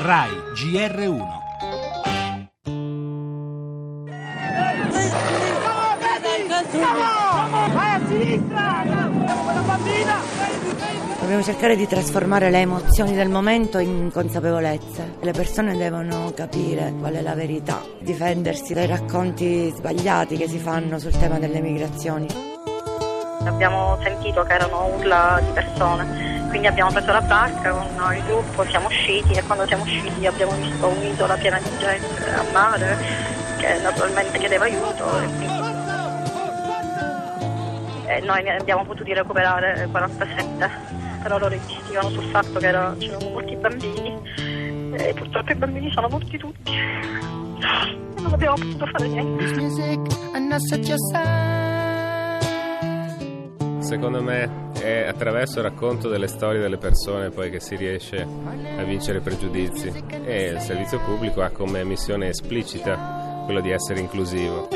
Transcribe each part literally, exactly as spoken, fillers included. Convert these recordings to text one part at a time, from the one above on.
Rai G R uno. Vai a sinistra! Quella bambina! Dobbiamo cercare di trasformare le emozioni del momento in consapevolezza. Le persone devono capire qual è la verità, difendersi dai racconti sbagliati che si fanno sul tema delle migrazioni. Abbiamo sentito che erano urla di persone, quindi abbiamo preso la barca con il gruppo, siamo usciti e quando siamo usciti abbiamo visto un'isola piena di gente a mare che naturalmente chiedeva aiuto. E quindi e noi ne abbiamo potuto recuperare quarantasette, però loro insistivano sul fatto che era, c'erano molti bambini e purtroppo i bambini sono morti tutti, non abbiamo potuto fare niente. Secondo me è attraverso il racconto delle storie delle persone poi che si riesce a vincere i pregiudizi, e il servizio pubblico ha come missione esplicita quello di essere inclusivo.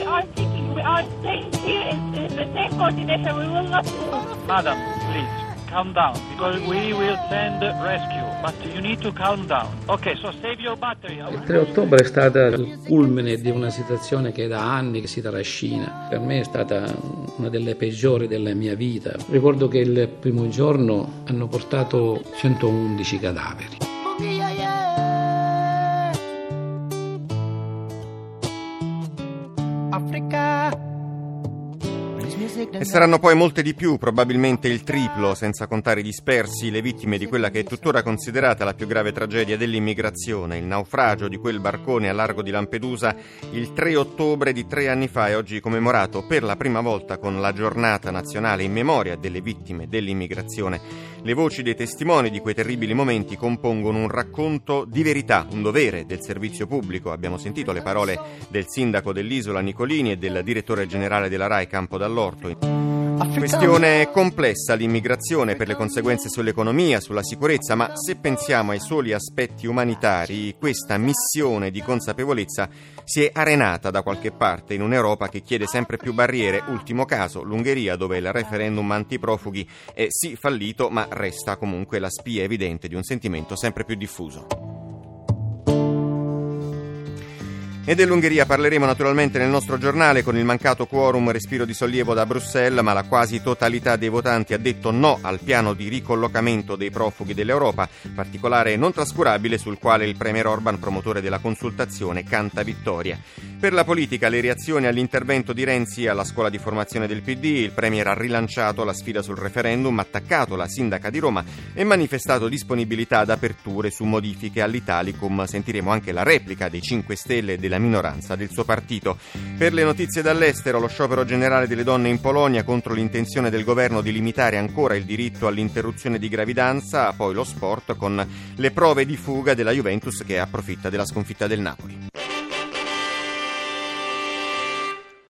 Madam, please, calm down, because we will send rescue, but you need to calm down. Ok, so save your battery. Il tre ottobre è stata il culmine di una situazione che da anni che si trascina. Per me è stata una delle peggiori della mia vita. Ricordo che il primo giorno hanno portato centoundici cadaveri. E saranno poi molte di più, probabilmente il triplo, senza contare i dispersi, le vittime di quella che è tuttora considerata la più grave tragedia dell'immigrazione, il naufragio di quel barcone a largo di Lampedusa il tre ottobre di tre anni fa, e oggi commemorato per la prima volta con la giornata nazionale in memoria delle vittime dell'immigrazione. Le voci dei testimoni di quei terribili momenti compongono un racconto di verità, un dovere del servizio pubblico. Abbiamo sentito le parole del sindaco dell'isola Nicolini e del direttore generale della Rai Campo Dall'Orto. Questione complessa l'immigrazione per le conseguenze sull'economia, sulla sicurezza, ma se pensiamo ai soli aspetti umanitari, questa missione di consapevolezza si è arenata da qualche parte in un'Europa che chiede sempre più barriere. Ultimo caso, l'Ungheria, dove il referendum antiprofughi è sì fallito, ma resta comunque la spia evidente di un sentimento sempre più diffuso. E dell'Ungheria parleremo naturalmente nel nostro giornale. Con il mancato quorum, respiro di sollievo da Bruxelles, ma la quasi totalità dei votanti ha detto no al piano di ricollocamento dei profughi dell'Europa, particolare non trascurabile sul quale il premier Orban, promotore della consultazione, canta vittoria. Per la politica, le reazioni all'intervento di Renzi alla scuola di formazione del P D, il premier ha rilanciato la sfida sul referendum, attaccato la sindaca di Roma e manifestato disponibilità ad aperture su modifiche all'Italicum. Sentiremo anche la replica dei cinque Stelle e della minoranza del suo partito. Per le notizie dall'estero, lo sciopero generale delle donne in Polonia contro l'intenzione del governo di limitare ancora il diritto all'interruzione di gravidanza, poi lo sport con le prove di fuga della Juventus che approfitta della sconfitta del Napoli.